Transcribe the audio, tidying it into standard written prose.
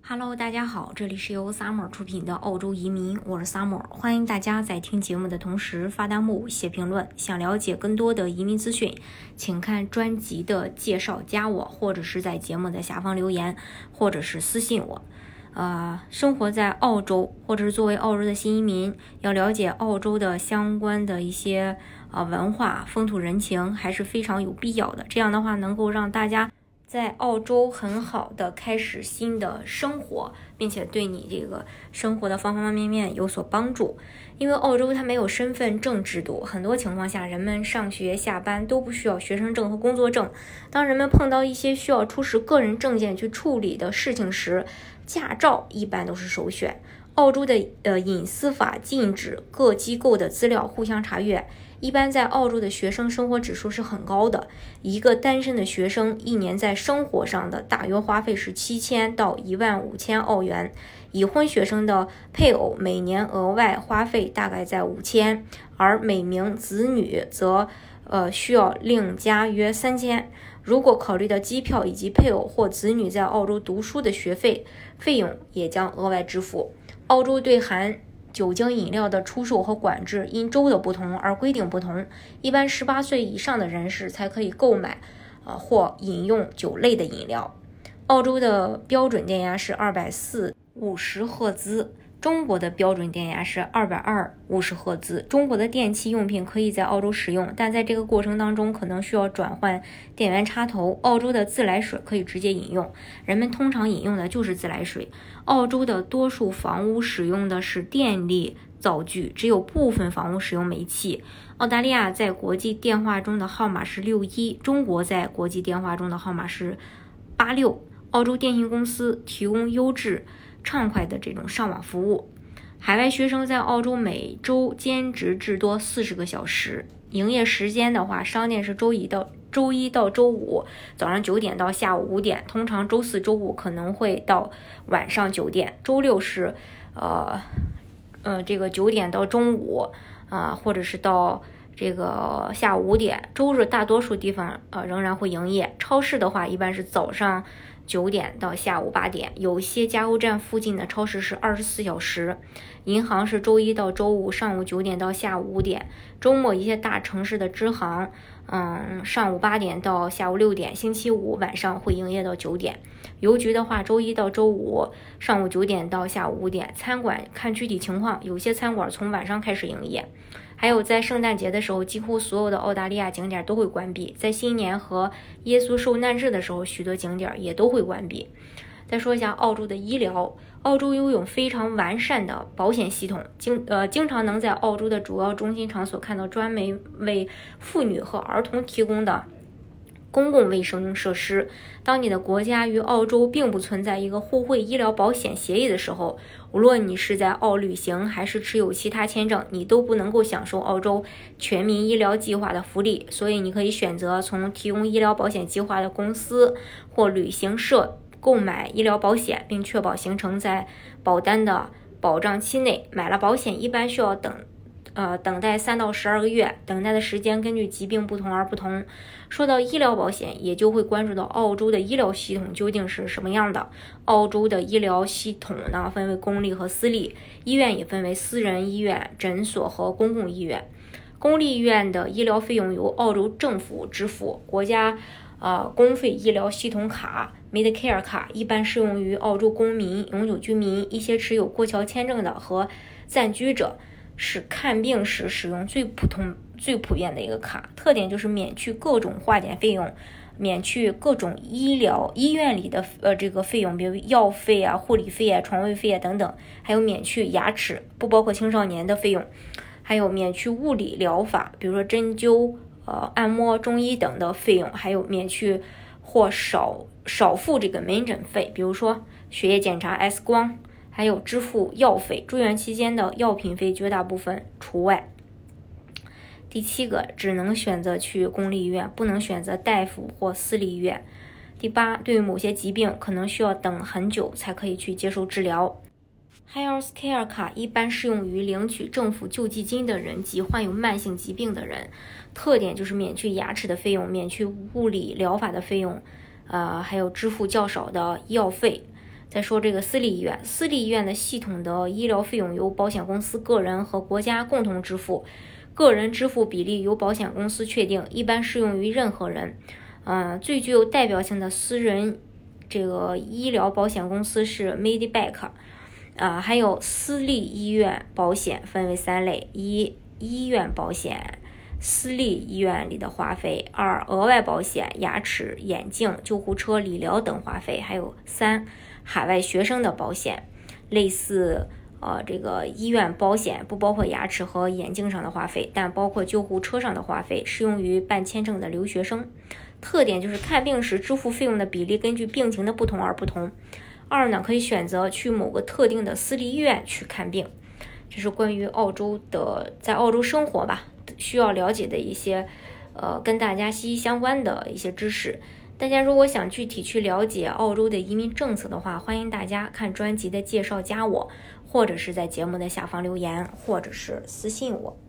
Hello，大家好，这里是由 Summer 出品的澳洲移民，我是 Summer， 欢迎大家在听节目的同时发弹幕、写评论。想了解更多的移民资讯，请看专辑的介绍，加我，或者是在节目的下方留言，或者是私信我。生活在澳洲，或者是作为澳洲的新移民，要了解澳洲的相关的一些文化、风土人情，还是非常有必要的。这样的话，能够让大家在澳洲很好的开始新的生活，并且对你这个生活的方方面面有所帮助。因为澳洲它没有身份证制度，很多情况下人们上学下班都不需要学生证和工作证。当人们碰到一些需要出示个人证件去处理的事情时，驾照一般都是首选。澳洲的隐私法禁止各机构的资料互相查阅。一般在澳洲的学生生活指数是很高的，一个单身的学生一年在生活上的大约花费是7000到15000澳元，已婚学生的配偶每年额外花费大概在5000，而每名子女则需要另加约3000。如果考虑到机票以及配偶或子女在澳洲读书的学费用也将额外支付。澳洲对含酒精饮料的出售和管制因州的不同而规定不同，一般18岁以上的人士才可以购买或饮用酒类的饮料。澳洲的标准电压是240-50赫兹，中国的标准电压是220-50赫兹。中国的电器用品可以在澳洲使用，但在这个过程当中可能需要转换电源插头。澳洲的自来水可以直接饮用，人们通常饮用的就是自来水。澳洲的多数房屋使用的是电力灶具，只有部分房屋使用煤气。澳大利亚在国际电话中的号码是61，中国在国际电话中的号码是86。澳洲电信公司提供优质畅快的这种上网服务。海外学生在澳洲每周兼职至多40个小时。营业时间的话，商店是周一到周五早上9点到下午5点，通常周四周五可能会到晚上9点，周六是这个9点到中午或者是到这个下午5点。周日大多数地方仍然会营业。超市的话一般是早上9点到下午8点，有些加油站附近的超市是24小时。银行是周一到周五上午9点到下午5点，周末一些大城市的支行上午8点到下午6点，星期五晚上会营业到9点。邮局的话，周一到周五上午9点到下午5点。餐馆看具体情况，有些餐馆从晚上开始营业。还有在圣诞节的时候，几乎所有的澳大利亚景点都会关闭。在新年和耶稣受难日的时候，许多景点也都会关闭。再说一下澳洲的医疗。澳洲拥有非常完善的保险系统，经常能在澳洲的主要中心场所看到专门为妇女和儿童提供的公共卫生设施。当你的国家与澳洲并不存在一个互惠医疗保险协议的时候，无论你是在澳旅行还是持有其他签证，你都不能够享受澳洲全民医疗计划的福利。所以你可以选择从提供医疗保险计划的公司或旅行社购买医疗保险，并确保行程在保单的保障期内。买了保险一般需要等待3到12个月，等待的时间根据疾病不同而不同。说到医疗保险，也就会关注到澳洲的医疗系统究竟是什么样的。澳洲的医疗系统呢，分为公立和私立，医院也分为私人医院、诊所和公共医院。公立医院的医疗费用由澳洲政府支付，国家公费医疗系统卡 Medicare 卡一般适用于澳洲公民、永久居民、一些持有过桥签证的和暂居者，是看病时使用最普遍的一个卡。特点就是免去各种化检费用，免去各种医院里的这个费用，比如药费护理费床位费等等，还有免去牙齿不包括青少年的费用，还有免去物理疗法，比如说针灸按摩、中医等的费用，还有免去或少付这个门诊费，比如说血液检查、X 光，还有支付药费。住院期间的药品费绝大部分除外。第7个，只能选择去公立医院，不能选择大夫或私立医院。第8，对于某些疾病可能需要等很久才可以去接受治疗。Healthcare 卡一般适用于领取政府救济金的人及患有慢性疾病的人，特点就是免去牙齿的费用，免去物理疗法的费用，还有支付较少的医药费。 再说这个私立医院，私立医院的系统的医疗费用由保险公司、个人和国家共同支付，个人支付比例由保险公司确定，一般适用于任何人。最具有代表性的私人这个医疗保险公司是 Medibank，还有私立医院保险分为3类：一、医院保险，私立医院里的花费；二、额外保险，牙齿、眼镜、救护车、理疗等花费；还有3、海外学生的保险。类似这个医院保险不包括牙齿和眼镜上的花费，但包括救护车上的花费，适用于办签证的留学生。特点就是看病时支付费用的比例根据病情的不同而不同。二呢，可以选择去某个特定的私立医院去看病。这是关于澳洲的在澳洲生活吧需要了解的一些跟大家息息相关的一些知识。大家如果想具体去了解澳洲的移民政策的话，欢迎大家看专辑的介绍加我，或者是在节目的下方留言，或者是私信我。